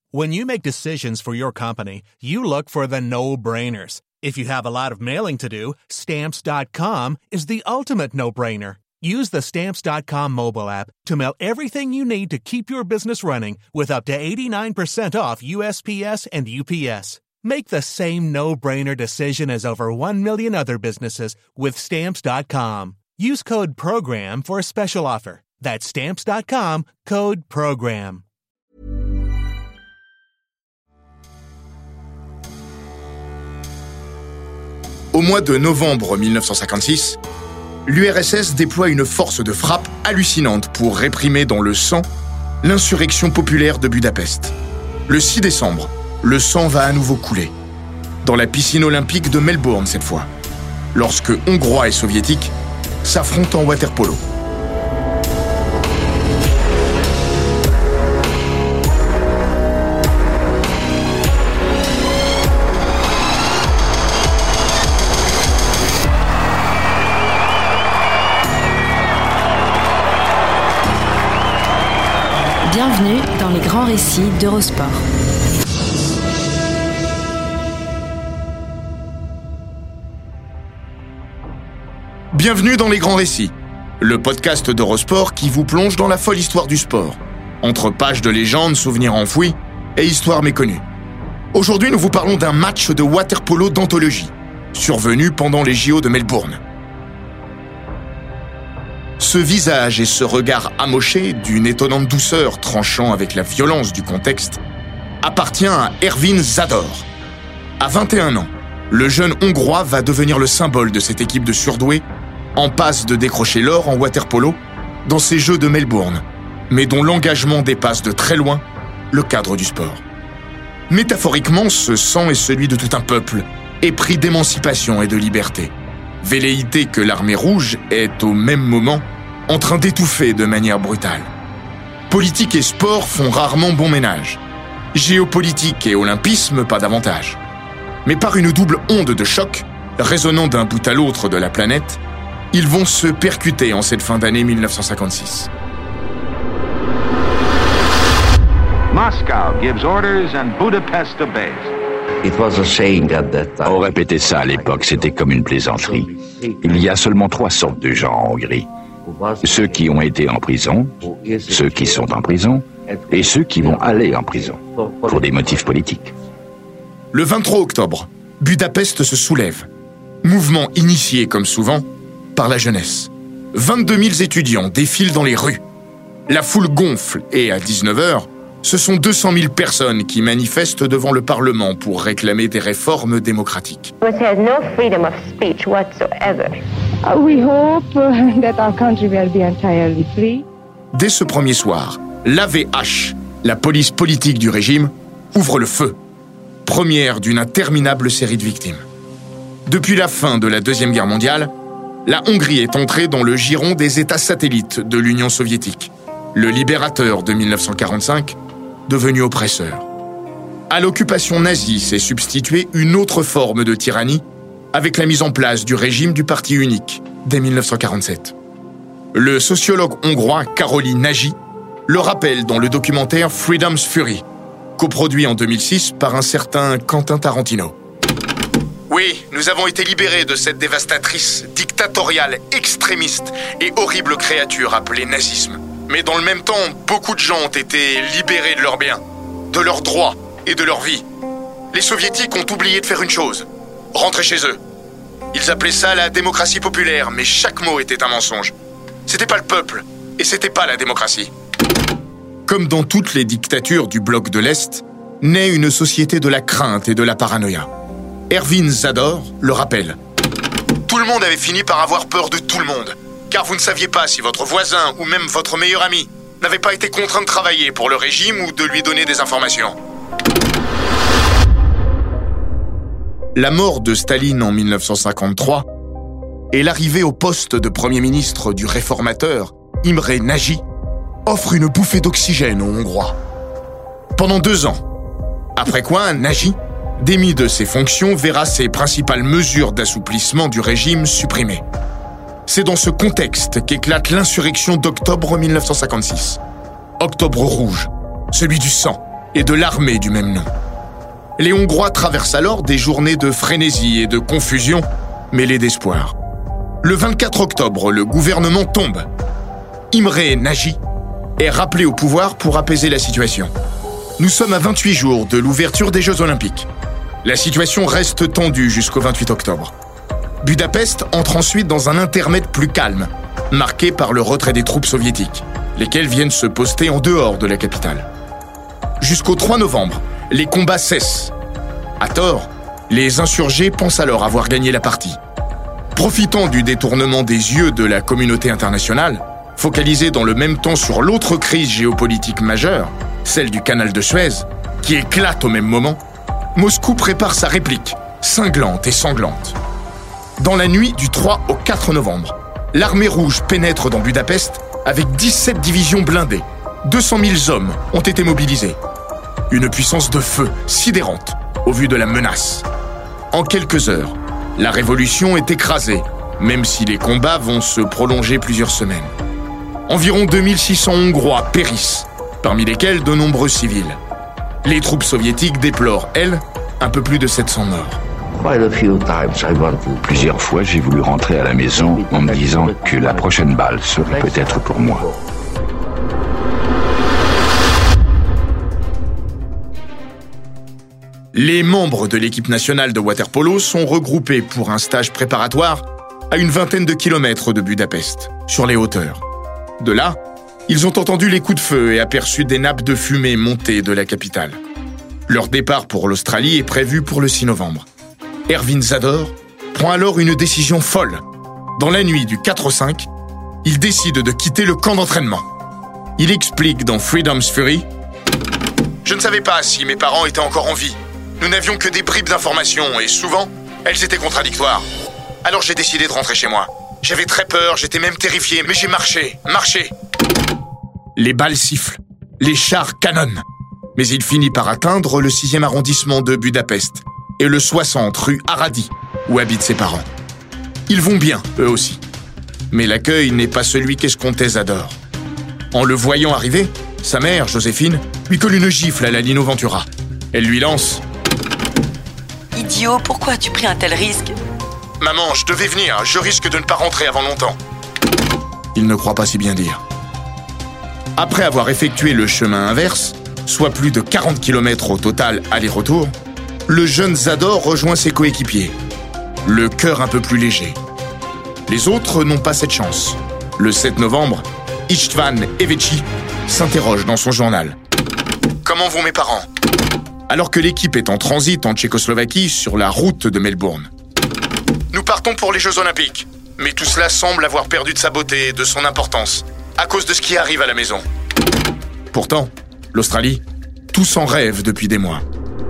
When you make decisions for your company, you look for the no-brainers. If you have a lot of mailing to do, Stamps.com is the ultimate no-brainer. Use the Stamps.com mobile app to mail everything you need to keep your business running with up to 89% off USPS and UPS. Make the same no-brainer decision as over 1 million other businesses with Stamps.com. Use code PROGRAM for a special offer. That's Stamps.com, code PROGRAM. Au mois de novembre 1956, l'URSS déploie une force de frappe hallucinante pour réprimer dans le sang l'insurrection populaire de Budapest. Le 6 décembre, le sang va à nouveau couler. Dans la piscine olympique de Melbourne cette fois, lorsque Hongrois et Soviétiques s'affrontent en water-polo. Bienvenue dans les grands récits d'Eurosport. Bienvenue dans les grands récits, le podcast d'Eurosport qui vous plonge dans la folle histoire du sport, entre pages de légendes, souvenirs enfouis et histoires méconnues. Aujourd'hui, nous vous parlons d'un match de water-polo d'anthologie, survenu pendant les JO de Melbourne. Ce visage et ce regard amoché, d'une étonnante douceur tranchant avec la violence du contexte, appartient à Ervin Zador. À 21 ans, le jeune Hongrois va devenir le symbole de cette équipe de surdoués, en passe de décrocher l'or en water-polo dans ces Jeux de Melbourne, mais dont l'engagement dépasse de très loin le cadre du sport. Métaphoriquement, ce sang est celui de tout un peuple, épris d'émancipation et de liberté. Velléité que l'armée rouge est au même moment en train d'étouffer de manière brutale. Politique et sport font rarement bon ménage. Géopolitique et olympisme, pas davantage. Mais par une double onde de choc, résonnant d'un bout à l'autre de la planète, ils vont se percuter en cette fin d'année 1956. Moscow gives orders and Budapest obeys. On répétait ça à l'époque, c'était comme une plaisanterie. Il y a seulement 3 sortes de gens en Hongrie. Ceux qui ont été en prison, ceux qui sont en prison, et ceux qui vont aller en prison, pour des motifs politiques. Le 23 octobre, Budapest se soulève. Mouvement initié, comme souvent, par la jeunesse. 22 000 étudiants défilent dans les rues. La foule gonfle et, à 19h, ce sont 200 000 personnes qui manifestent devant le Parlement pour réclamer des réformes démocratiques. We had no freedom of speech whatsoever. We hope that our country will be entirely free. Dès ce premier soir, l'AVH, la police politique du régime, ouvre le feu. Première d'une interminable série de victimes. Depuis la fin de la Deuxième Guerre mondiale, la Hongrie est entrée dans le giron des États satellites de l'Union soviétique. Le libérateur de 1945, devenu oppresseur. À l'occupation nazie s'est substituée une autre forme de tyrannie avec la mise en place du régime du parti unique dès 1947. Le sociologue hongrois Károly Nagy le rappelle dans le documentaire Freedom's Fury, coproduit en 2006 par un certain Quentin Tarantino. Oui, nous avons été libérés de cette dévastatrice, dictatoriale, extrémiste et horrible créature appelée nazisme. Mais dans le même temps, beaucoup de gens ont été libérés de leurs biens, de leurs droits et de leur vie. Les soviétiques ont oublié de faire une chose, rentrer chez eux. Ils appelaient ça la démocratie populaire, mais chaque mot était un mensonge. C'était pas le peuple, et c'était pas la démocratie. Comme dans toutes les dictatures du bloc de l'Est, naît une société de la crainte et de la paranoïa. Ervin Zador le rappelle. Tout le monde avait fini par avoir peur de tout le monde. Car vous ne saviez pas si votre voisin ou même votre meilleur ami n'avait pas été contraint de travailler pour le régime ou de lui donner des informations. La mort de Staline en 1953 et l'arrivée au poste de Premier ministre du réformateur Imre Nagy offrent une bouffée d'oxygène aux Hongrois. Pendant 2 ans. Après quoi, Nagy, démis de ses fonctions, verra ses principales mesures d'assouplissement du régime supprimées. C'est dans ce contexte qu'éclate l'insurrection d'octobre 1956. Octobre rouge, celui du sang, et de l'armée du même nom. Les Hongrois traversent alors des journées de frénésie et de confusion mêlées d'espoir. Le 24 octobre, le gouvernement tombe. Imre Nagy est rappelé au pouvoir pour apaiser la situation. Nous sommes à 28 jours de l'ouverture des Jeux Olympiques. La situation reste tendue jusqu'au 28 octobre. Budapest entre ensuite dans un intermède plus calme, marqué par le retrait des troupes soviétiques, lesquelles viennent se poster en dehors de la capitale. Jusqu'au 3 novembre, les combats cessent. À tort, les insurgés pensent alors avoir gagné la partie. Profitant du détournement des yeux de la communauté internationale, focalisée dans le même temps sur l'autre crise géopolitique majeure, celle du canal de Suez, qui éclate au même moment, Moscou prépare sa réplique, cinglante et sanglante. Dans la nuit du 3 au 4 novembre, l'armée rouge pénètre dans Budapest avec 17 divisions blindées. 200 000 hommes ont été mobilisés. Une puissance de feu sidérante au vu de la menace. En quelques heures, la révolution est écrasée, même si les combats vont se prolonger plusieurs semaines. Environ 2600 Hongrois périssent, parmi lesquels de nombreux civils. Les troupes soviétiques déplorent, elles, un peu plus de 700 morts. Plusieurs fois, j'ai voulu rentrer à la maison en me disant que la prochaine balle serait peut-être pour moi. Les membres de l'équipe nationale de water-polo sont regroupés pour un stage préparatoire à une vingtaine de kilomètres de Budapest, sur les hauteurs. De là, ils ont entendu les coups de feu et aperçu des nappes de fumée monter de la capitale. Leur départ pour l'Australie est prévu pour le 6 novembre. Ervin Zador prend alors une décision folle. Dans la nuit du 4 au 5, il décide de quitter le camp d'entraînement. Il explique dans Freedom's Fury « Je ne savais pas si mes parents étaient encore en vie. Nous n'avions que des bribes d'informations et souvent, elles étaient contradictoires. Alors j'ai décidé de rentrer chez moi. J'avais très peur, j'étais même terrifié, mais j'ai marché. Les balles sifflent, les chars canonnent. Mais il finit par atteindre le 6e arrondissement de Budapest et le 60 rue Aradi, où habitent ses parents. Ils vont bien, eux aussi. Mais l'accueil n'est pas celui qu'escomptait Zador. En le voyant arriver, sa mère, Joséphine, lui colle une gifle à la Lino Ventura. Elle lui lance « Idiot, pourquoi as-tu pris un tel risque ?»« Maman, je devais venir, je risque de ne pas rentrer avant longtemps. » Il ne croit pas si bien dire. Après avoir effectué le chemin inverse, soit plus de 40 km au total aller-retour, le jeune Zador rejoint ses coéquipiers, le cœur un peu plus léger. Les autres n'ont pas cette chance. Le 7 novembre, Istvan Eveci s'interroge dans son journal. « Comment vont mes parents ?» Alors que l'équipe est en transit en Tchécoslovaquie sur la route de Melbourne. « Nous partons pour les Jeux Olympiques, mais tout cela semble avoir perdu de sa beauté et de son importance, à cause de ce qui arrive à la maison. » Pourtant, l'Australie, tous en rêvent depuis des mois.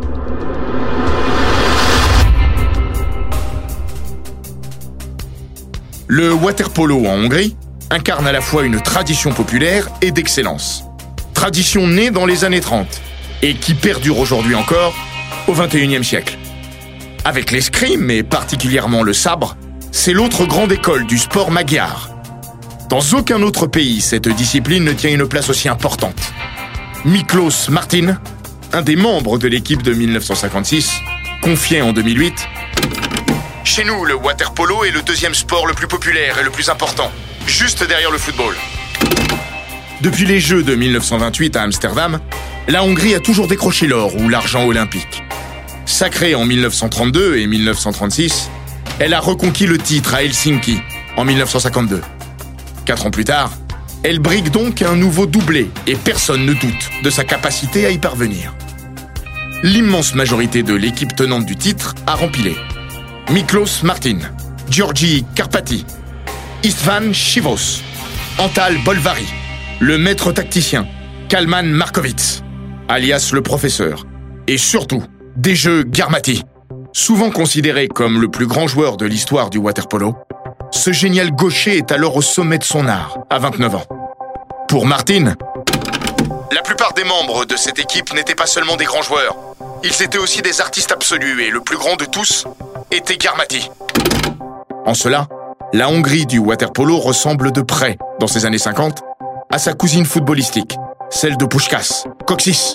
Le water-polo en Hongrie incarne à la fois une tradition populaire et d'excellence. Tradition née dans les années 30 et qui perdure aujourd'hui encore au XXIe siècle. Avec l'escrime et particulièrement le sabre, c'est l'autre grande école du sport magyar. Dans aucun autre pays, cette discipline ne tient une place aussi importante. Miklos Martin, un des membres de l'équipe de 1956, confiait en 2008 « Chez nous, le water-polo est le deuxième sport le plus populaire et le plus important, juste derrière le football. » Depuis les Jeux de 1928 à Amsterdam, la Hongrie a toujours décroché l'or ou l'argent olympique. Sacrée en 1932 et 1936, elle a reconquis le titre à Helsinki en 1952. 4 ans plus tard, elle brigue donc un nouveau doublé et personne ne doute de sa capacité à y parvenir. L'immense majorité de l'équipe tenante du titre a rempilé. Miklos Martin, György Karpati, István Sivos, Antal Bolvari, le maître tacticien, Kalman Markovic, alias le professeur, et surtout, Dejeu Garmati, souvent considéré comme le plus grand joueur de l'histoire du water-polo. Ce génial gaucher est alors au sommet de son art, à 29 ans. Pour Martin, la plupart des membres de cette équipe n'étaient pas seulement des grands joueurs, ils étaient aussi des artistes absolus et le plus grand de tous était Garmati. En cela, la Hongrie du water-polo ressemble de près, dans ces années 50, à sa cousine footballistique, celle de Puskás, Kocsis,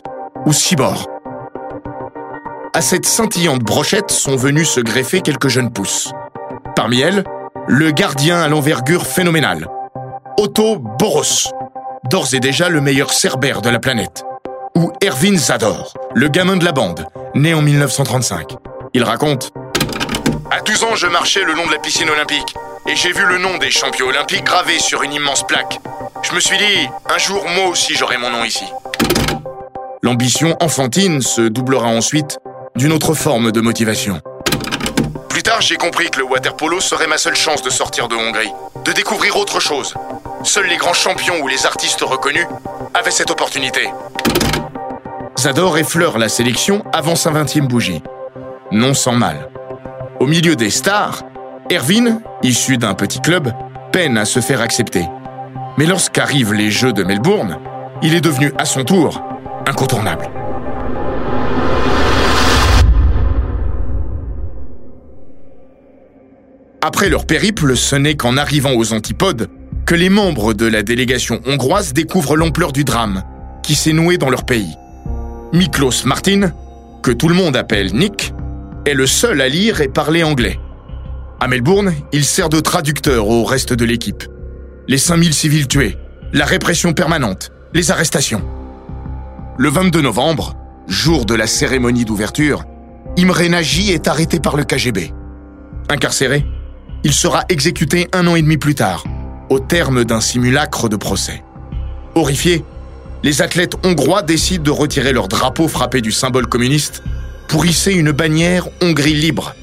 ou Cibor. À cette scintillante brochette sont venus se greffer quelques jeunes pousses. Parmi elles, le gardien à l'envergure phénoménale, Otto Boros, d'ores et déjà le meilleur cerbère de la planète. Ou Ervin Zador, le gamin de la bande, né en 1935. Il raconte « À 12 ans, je marchais le long de la piscine olympique et j'ai vu le nom des champions olympiques gravé sur une immense plaque. Je me suis dit, un jour, moi aussi, j'aurai mon nom ici. » L'ambition enfantine se doublera ensuite d'une autre forme de motivation. Plus tard, j'ai compris que le water-polo serait ma seule chance de sortir de Hongrie, de découvrir autre chose. Seuls les grands champions ou les artistes reconnus avaient cette opportunité. Zador effleure la sélection avant sa 20e bougie. Non sans mal. Au milieu des stars, Ervin, issu d'un petit club, peine à se faire accepter. Mais lorsqu'arrivent les Jeux de Melbourne, il est devenu à son tour incontournable. Après leur périple, ce n'est qu'en arrivant aux antipodes que les membres de la délégation hongroise découvrent l'ampleur du drame qui s'est noué dans leur pays. Miklos Martin, que tout le monde appelle Nick, est le seul à lire et parler anglais. À Melbourne, il sert de traducteur au reste de l'équipe. Les 5000 civils tués, la répression permanente, les arrestations. Le 22 novembre, jour de la cérémonie d'ouverture, Imre Nagy est arrêté par le KGB. Incarcéré, il sera exécuté 1 an et demi plus tard, au terme d'un simulacre de procès. Horrifiés, les athlètes hongrois décident de retirer leur drapeau frappé du symbole communiste pour hisser une bannière Hongrie libre.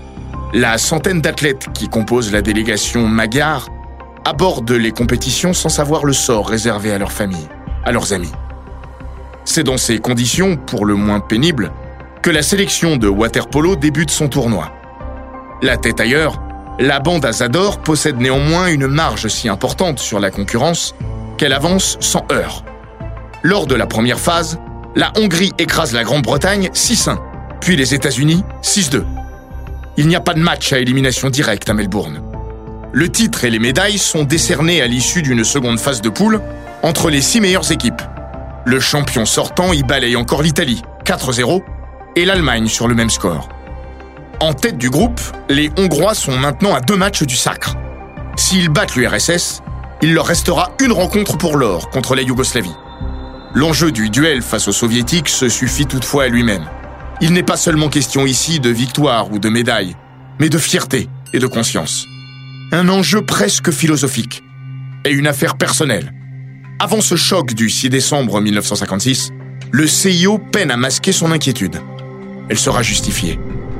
La centaine d'athlètes qui composent la délégation magyare abordent les compétitions sans savoir le sort réservé à leur famille, à leurs amis. C'est dans ces conditions, pour le moins pénibles, que la sélection de water-polo débute son tournoi. La tête ailleurs, la bande à Zador possède néanmoins une marge si importante sur la concurrence qu'elle avance sans heurts. Lors de la première phase, la Hongrie écrase la Grande-Bretagne 6-1, puis les États-Unis 6-2. Il n'y a pas de match à élimination directe à Melbourne. Le titre et les médailles sont décernés à l'issue d'une seconde phase de poule entre les 6 meilleures équipes. Le champion sortant y balaye encore l'Italie, 4-0, et l'Allemagne sur le même score. En tête du groupe, les Hongrois sont maintenant à 2 matchs du sacre. S'ils battent l'URSS, il leur restera une rencontre pour l'or contre la Yougoslavie. L'enjeu du duel face aux Soviétiques se suffit toutefois à lui-même. Il n'est pas seulement question ici de victoire ou de médaille, mais de fierté et de conscience. Un enjeu presque philosophique et une affaire personnelle. Avant ce choc du 6 décembre 1956, le CIO peine à masquer son inquiétude. Elle sera justifiée.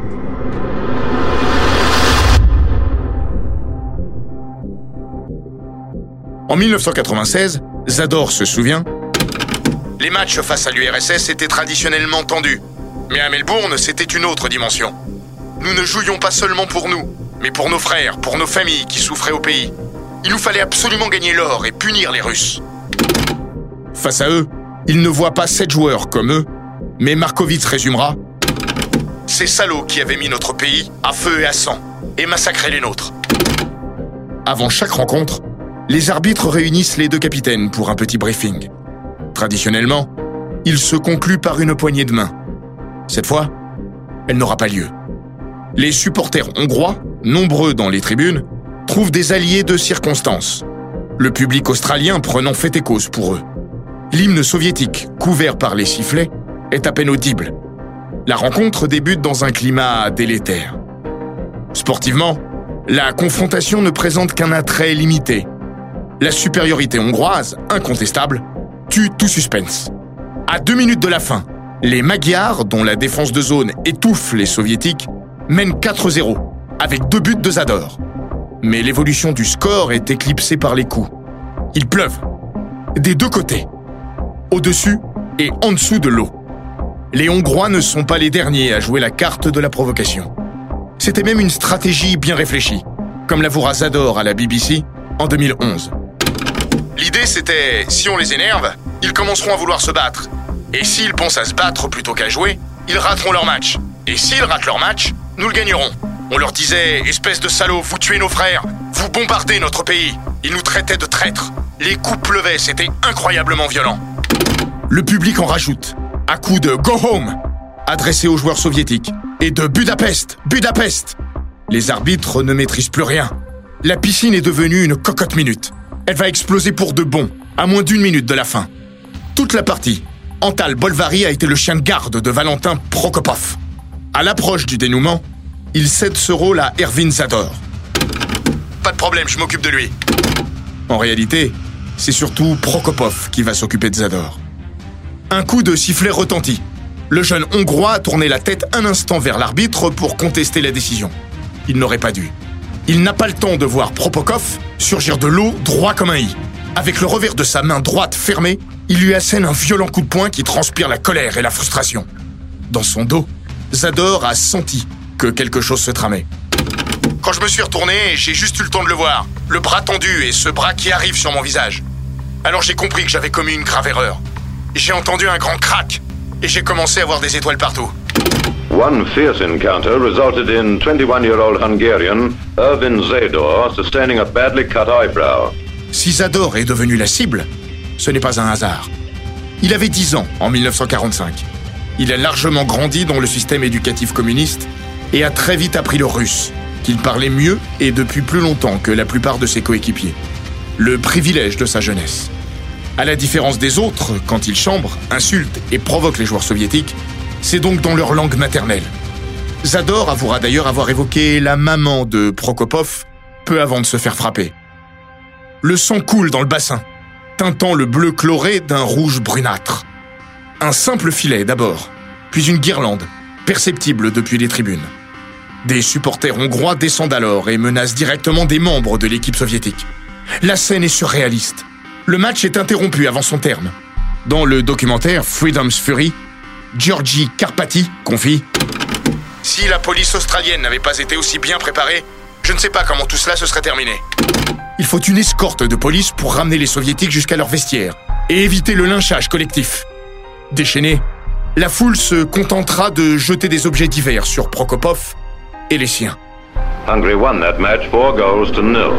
En 1996, Zador se souvient « Les matchs face à l'URSS étaient traditionnellement tendus, mais à Melbourne, c'était une autre dimension. Nous ne jouions pas seulement pour nous, mais pour nos frères, pour nos familles qui souffraient au pays. Il nous fallait absolument gagner l'or et punir les Russes. » Face à eux, ils ne voient pas 7 joueurs comme eux, mais Markovitz résumera « Ces salauds qui avaient mis notre pays à feu et à sang, et massacré les nôtres. » Avant chaque rencontre, les arbitres réunissent les 2 capitaines pour un petit briefing. Traditionnellement, il se conclut par une poignée de main. Cette fois, elle n'aura pas lieu. Les supporters hongrois, nombreux dans les tribunes, trouvent des alliés de circonstance. Le public australien prenant fait et cause pour eux. L'hymne soviétique, couvert par les sifflets, est à peine audible. La rencontre débute dans un climat délétère. Sportivement, la confrontation ne présente qu'un attrait limité. La supériorité hongroise, incontestable, tue tout suspense. À 2 minutes de la fin, les Magyars, dont la défense de zone étouffe les Soviétiques, mènent 4-0, avec 2 buts de Zador. Mais l'évolution du score est éclipsée par les coups. Il pleuve, des 2 côtés, au-dessus et en dessous de l'eau. Les Hongrois ne sont pas les derniers à jouer la carte de la provocation. C'était même une stratégie bien réfléchie, comme l'avouera Zador à la BBC en 2011. L'idée c'était, si on les énerve, ils commenceront à vouloir se battre. Et s'ils pensent à se battre plutôt qu'à jouer, ils rateront leur match. Et s'ils ratent leur match, nous le gagnerons. On leur disait, espèce de salauds, vous tuez nos frères, vous bombardez notre pays. Ils nous traitaient de traîtres. Les coups pleuvaient, c'était incroyablement violent. Le public en rajoute, à coups de « Go home » adressés aux joueurs soviétiques et de « Budapest, Budapest ». Les arbitres ne maîtrisent plus rien. La piscine est devenue une cocotte minute. Elle va exploser pour de bon, à moins d'1 minute de la fin. Toute la partie, Antal Bolvari a été le chien de garde de Valentin Prokopov. À l'approche du dénouement, il cède ce rôle à Ervin Zador. Pas de problème, je m'occupe de lui. En réalité, c'est surtout Prokopov qui va s'occuper de Zador. Un coup de sifflet retentit. Le jeune Hongrois a tourné la tête un instant vers l'arbitre pour contester la décision. Il n'aurait pas dû. Il n'a pas le temps de voir Prokopov surgir de l'eau droit comme un i. Avec le revers de sa main droite fermée, il lui assène un violent coup de poing qui transpire la colère et la frustration. Dans son dos, Zador a senti que quelque chose se tramait. Quand je me suis retourné, j'ai juste eu le temps de le voir, le bras tendu et ce bras qui arrive sur mon visage. Alors j'ai compris que j'avais commis une grave erreur. J'ai entendu un grand crack et j'ai commencé à voir des étoiles partout. One fierce encounter resulted in 21-year-old Hungarian Ervin Zador sustaining a badly cut eyebrow. Si Zador est devenu la cible, ce n'est pas un hasard. Il avait 10 ans en 1945. Il a largement grandi dans le système éducatif communiste et a très vite appris le russe, qu'il parlait mieux et depuis plus longtemps que la plupart de ses coéquipiers. Le privilège de sa jeunesse. À la différence des autres, quand il chambre, insulte et provoque les joueurs soviétiques, c'est donc dans leur langue maternelle. Zador avouera d'ailleurs avoir évoqué la maman de Prokopov peu avant de se faire frapper. Le sang coule dans le bassin, teintant le bleu chloré d'un rouge brunâtre. Un simple filet d'abord, puis une guirlande, perceptible depuis les tribunes. Des supporters hongrois descendent alors et menacent directement des membres de l'équipe soviétique. La scène est surréaliste. Le match est interrompu avant son terme. Dans le documentaire Freedom's Fury, Georgi Karpati confie « Si la police australienne n'avait pas été aussi bien préparée, je ne sais pas comment tout cela se serait terminé. Il faut une escorte de police pour ramener les soviétiques jusqu'à leur vestiaire et éviter le lynchage collectif. » Déchaînée, la foule se contentera de jeter des objets divers sur Prokopov et les siens. Hungary won that match 4-0.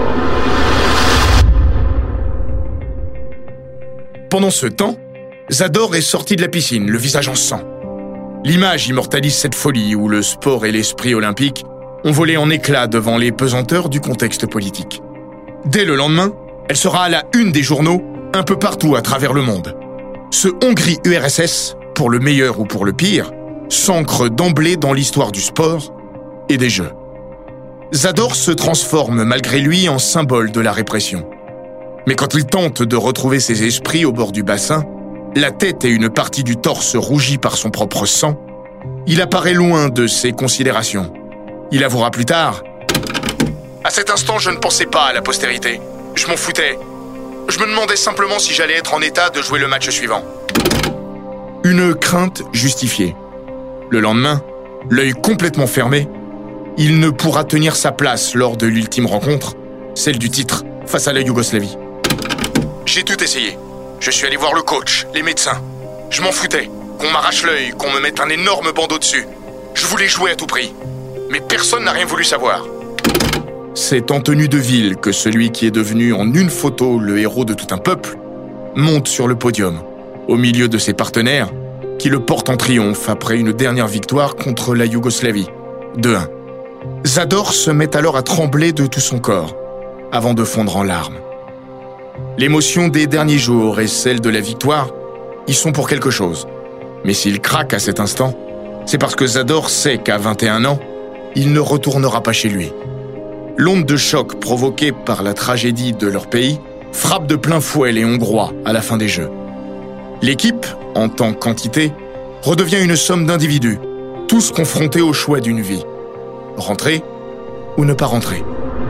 Pendant ce temps, Zador est sorti de la piscine, le visage en sang. L'image immortalise cette folie où le sport et l'esprit olympique ont volé en éclats devant les pesanteurs du contexte politique. Dès le lendemain, elle sera à la une des journaux, un peu partout à travers le monde. Ce Hongrie-URSS, pour le meilleur ou pour le pire, s'ancre d'emblée dans l'histoire du sport et des Jeux. Zador se transforme malgré lui en symbole de la répression. Mais quand il tente de retrouver ses esprits au bord du bassin, la tête et une partie du torse rougie par son propre sang, il apparaît loin de ses considérations. Il avouera plus tard « À cet instant, je ne pensais pas à la postérité. Je m'en foutais. Je me demandais simplement si j'allais être en état de jouer le match suivant. » Une crainte justifiée. Le lendemain, l'œil complètement fermé, il ne pourra tenir sa place lors de l'ultime rencontre, celle du titre, face à la Yougoslavie. J'ai tout essayé. Je suis allé voir le coach, les médecins. Je m'en foutais. Qu'on m'arrache l'œil, qu'on me mette un énorme bandeau dessus. Je voulais jouer à tout prix. Mais personne n'a rien voulu savoir. C'est en tenue de ville que celui qui est devenu en une photo le héros de tout un peuple monte sur le podium, au milieu de ses partenaires, qui le portent en triomphe après une dernière victoire contre la Yougoslavie, 2-1. Zador se met alors à trembler de tout son corps, avant de fondre en larmes. L'émotion des derniers jours et celle de la victoire y sont pour quelque chose. Mais s'il craque à cet instant, c'est parce que Zador sait qu'à 21 ans, il ne retournera pas chez lui. L'onde de choc provoquée par la tragédie de leur pays frappe de plein fouet les Hongrois à la fin des Jeux. L'équipe, en tant qu'entité, redevient une somme d'individus, tous confrontés au choix d'une vie. Rentrer ou ne pas rentrer.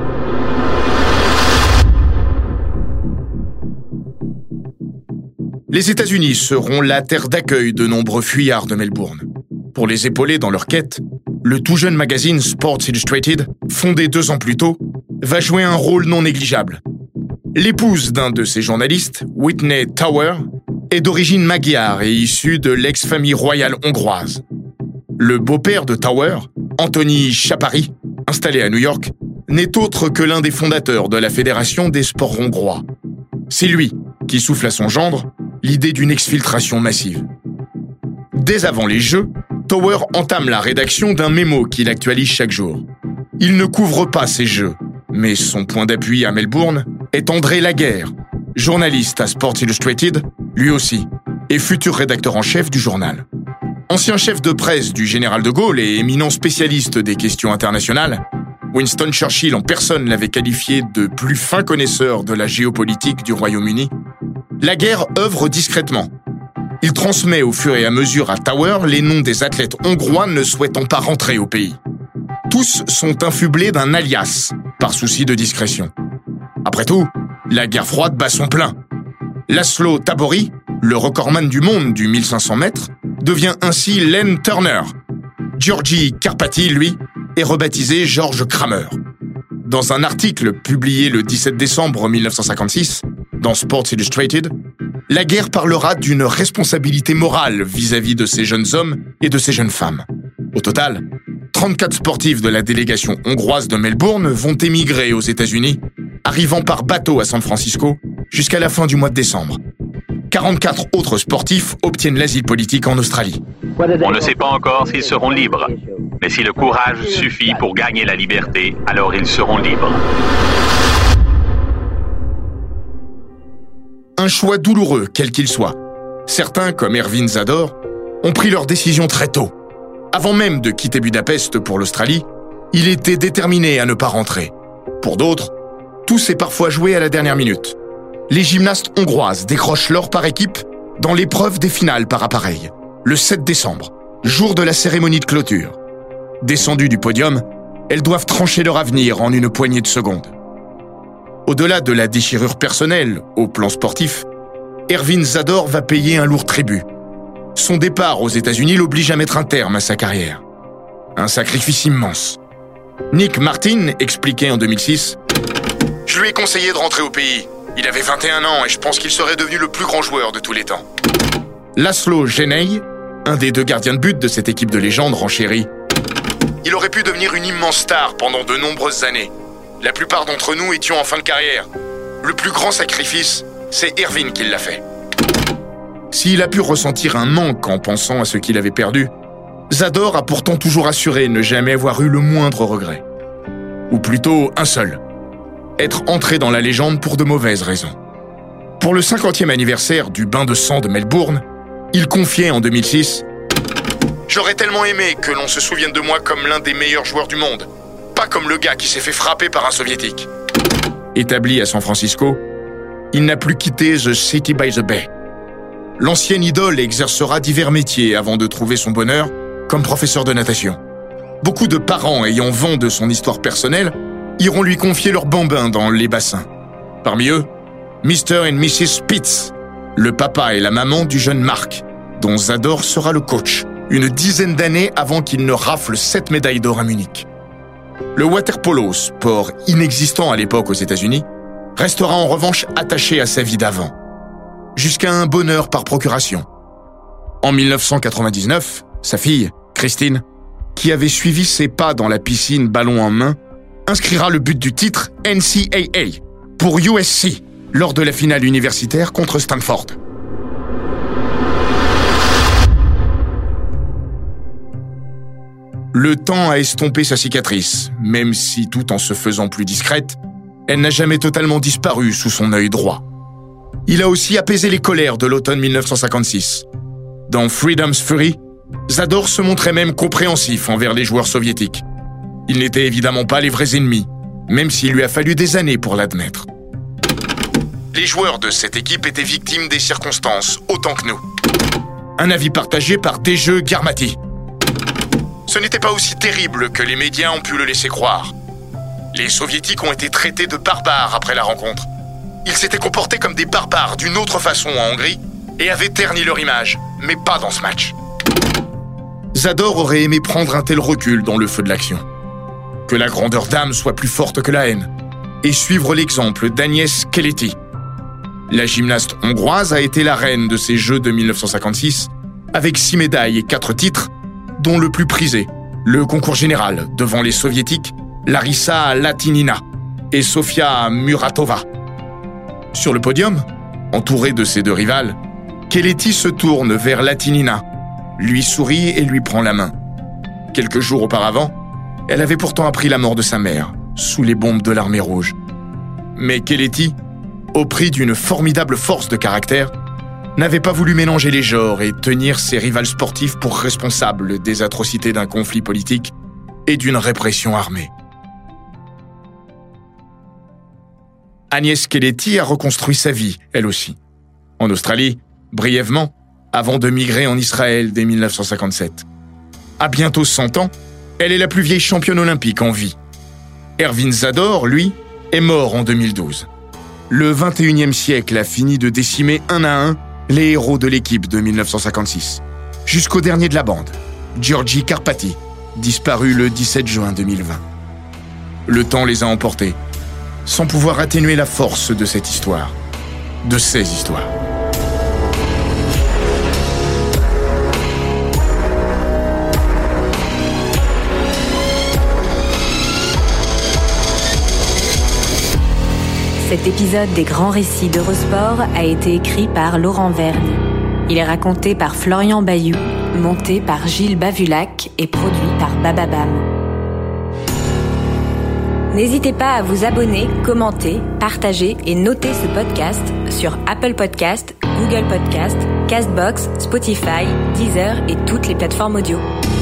Les États-Unis seront la terre d'accueil de nombreux fuyards de Melbourne. Pour les épauler dans leur quête, le tout jeune magazine Sports Illustrated, fondé 2 ans plus tôt, va jouer un rôle non négligeable. L'épouse d'un de ses journalistes, Whitney Tower, est d'origine magyare et issue de l'ex-famille royale hongroise. Le beau-père de Tower, Anthony Chapari, installé à New York, n'est autre que l'un des fondateurs de la Fédération des sports hongrois. C'est lui qui souffle à son gendre l'idée d'une exfiltration massive. Dès avant les Jeux, Tower entame la rédaction d'un mémo qu'il actualise chaque jour. Il ne couvre pas ces Jeux, mais son point d'appui à Melbourne est André Laguerre, journaliste à Sports Illustrated, lui aussi, et futur rédacteur en chef du journal. Ancien chef de presse du général de Gaulle et éminent spécialiste des questions internationales, Winston Churchill en personne l'avait qualifié de plus fin connaisseur de la géopolitique du Royaume-Uni. Laguerre œuvre discrètement. Il transmet au fur et à mesure à Tower les noms des athlètes hongrois ne souhaitant pas rentrer au pays. Tous sont infublés d'un alias, par souci de discrétion. Après tout, la guerre froide bat son plein. Laszlo Tabori, le recordman du monde du 1500 mètres, devient ainsi Len Turner. Giorgi Karpati, lui, est rebaptisé George Kramer. Dans un article publié le 17 décembre 1956, dans Sports Illustrated, Laguerre parlera d'une responsabilité morale vis-à-vis de ces jeunes hommes et de ces jeunes femmes. Au total, 34 sportifs de la délégation hongroise de Melbourne vont émigrer aux États-Unis, arrivant par bateau à San Francisco jusqu'à la fin du mois de décembre. 44 autres sportifs obtiennent l'asile politique en Australie. On ne sait pas encore s'ils seront libres, mais si le courage suffit pour gagner la liberté, alors ils seront libres. Un choix douloureux, quel qu'il soit. Certains, comme Ervin Zador, ont pris leur décision très tôt. Avant même de quitter Budapest pour l'Australie, il était déterminé à ne pas rentrer. Pour d'autres, tout s'est parfois joué à la dernière minute. Les gymnastes hongroises décrochent l'or par équipe dans l'épreuve des finales par appareil, le 7 décembre, jour de la cérémonie de clôture. Descendues du podium, elles doivent trancher leur avenir en une poignée de secondes. Au-delà de la déchirure personnelle, au plan sportif, Ervin Zador va payer un lourd tribut. Son départ aux États-Unis l'oblige à mettre un terme à sa carrière. Un sacrifice immense. Nick Martin expliquait en 2006 « Je lui ai conseillé de rentrer au pays. Il avait 21 ans et je pense qu'il serait devenu le plus grand joueur de tous les temps. » Laszlo Genei, un des 2 gardiens de but de cette équipe de légende, renchérit « Il aurait pu devenir une immense star pendant de nombreuses années. La plupart d'entre nous étions en fin de carrière. Le plus grand sacrifice, c'est Ervin qui l'a fait. » S'il a pu ressentir un manque en pensant à ce qu'il avait perdu, Zador a pourtant toujours assuré ne jamais avoir eu le moindre regret. Ou plutôt un seul. Être entré dans la légende pour de mauvaises raisons. Pour le 50e anniversaire du bain de sang de Melbourne, il confiait en 2006 « J'aurais tellement aimé que l'on se souvienne de moi comme l'un des meilleurs joueurs du monde, pas comme le gars qui s'est fait frapper par un soviétique. » Établi à San Francisco, il n'a plus quitté The City by the Bay. L'ancienne idole exercera divers métiers avant de trouver son bonheur comme professeur de natation. Beaucoup de parents ayant vent de son histoire personnelle iront lui confier leurs bambins dans les bassins. Parmi eux, Mr. et Mrs. Spitz, le papa et la maman du jeune Mark, dont Zador sera le coach, une dizaine d'années avant qu'il ne rafle 7 médailles d'or à Munich. Le water-polo, sport inexistant à l'époque aux États-Unis, restera en revanche attaché à sa vie d'avant, jusqu'à un bonheur par procuration. En 1999, sa fille, Christine, qui avait suivi ses pas dans la piscine ballon en main, inscrira le but du titre NCAA pour USC lors de la finale universitaire contre Stanford. Le temps a estompé sa cicatrice, même si, tout en se faisant plus discrète, elle n'a jamais totalement disparu sous son œil droit. Il a aussi apaisé les colères de l'automne 1956. Dans Freedom's Fury, Zador se montrait même compréhensif envers les joueurs soviétiques. Ils n'étaient évidemment pas les vrais ennemis, même s'il lui a fallu des années pour l'admettre. Les joueurs de cette équipe étaient victimes des circonstances, autant que nous. Un avis partagé par Dejeu Garmati. Ce n'était pas aussi terrible que les médias ont pu le laisser croire. Les soviétiques ont été traités de barbares après la rencontre. Ils s'étaient comportés comme des barbares d'une autre façon en Hongrie et avaient terni leur image, mais pas dans ce match. Zador aurait aimé prendre un tel recul dans le feu de l'action. Que la grandeur d'âme soit plus forte que la haine, et suivre l'exemple d'Agnès Keleti. La gymnaste hongroise a été la reine de ces Jeux de 1956, avec 6 médailles et 4 titres, dont le plus prisé, le concours général, devant les soviétiques, Larissa Latinina et Sofia Muratova. Sur le podium, entourée de ses 2 rivales, Keleti se tourne vers Latinina, lui sourit et lui prend la main. Quelques jours auparavant, elle avait pourtant appris la mort de sa mère, sous les bombes de l'armée rouge. Mais Keleti, au prix d'une formidable force de caractère, n'avait pas voulu mélanger les genres et tenir ses rivales sportifs pour responsables des atrocités d'un conflit politique et d'une répression armée. Agnès Keleti a reconstruit sa vie, elle aussi. En Australie, brièvement, avant de migrer en Israël dès 1957. À bientôt 100 ans, elle est la plus vieille championne olympique en vie. Ervin Zador, lui, est mort en 2012. Le 21e siècle a fini de décimer un à un les héros de l'équipe de 1956. Jusqu'au dernier de la bande, Giorgi Karpati, disparu le 17 juin 2020. Le temps les a emportés, sans pouvoir atténuer la force de cette histoire, de ces histoires. Cet épisode des grands récits d'Eurosport a été écrit par Laurent Vergne. Il est raconté par Florian Bayou, monté par Gilles Bavulac et produit par Bababam. N'hésitez pas à vous abonner, commenter, partager et noter ce podcast sur Apple Podcast, Google Podcast, Castbox, Spotify, Deezer et toutes les plateformes audio.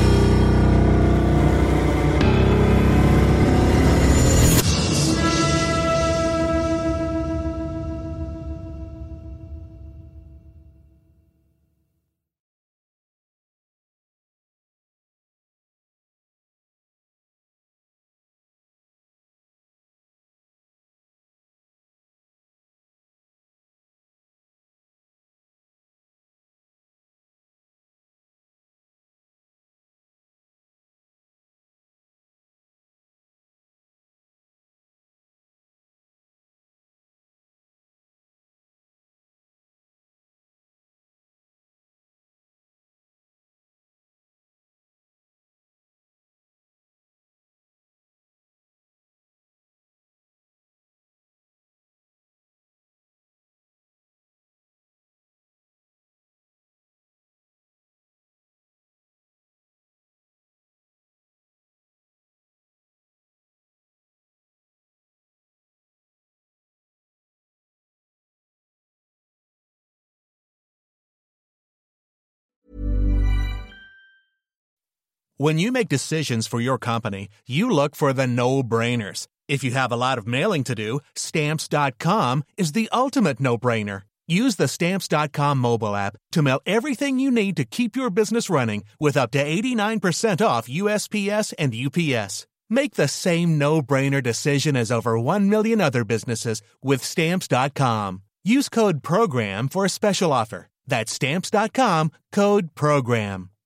When you make decisions for your company, you look for the no-brainers. If you have a lot of mailing to do, Stamps.com is the ultimate no-brainer. Use the Stamps.com mobile app to mail everything you need to keep your business running with up to 89% off USPS and UPS. Make the same no-brainer decision as over 1 million other businesses with Stamps.com. Use code PROGRAM for a special offer. That's Stamps.com, code PROGRAM.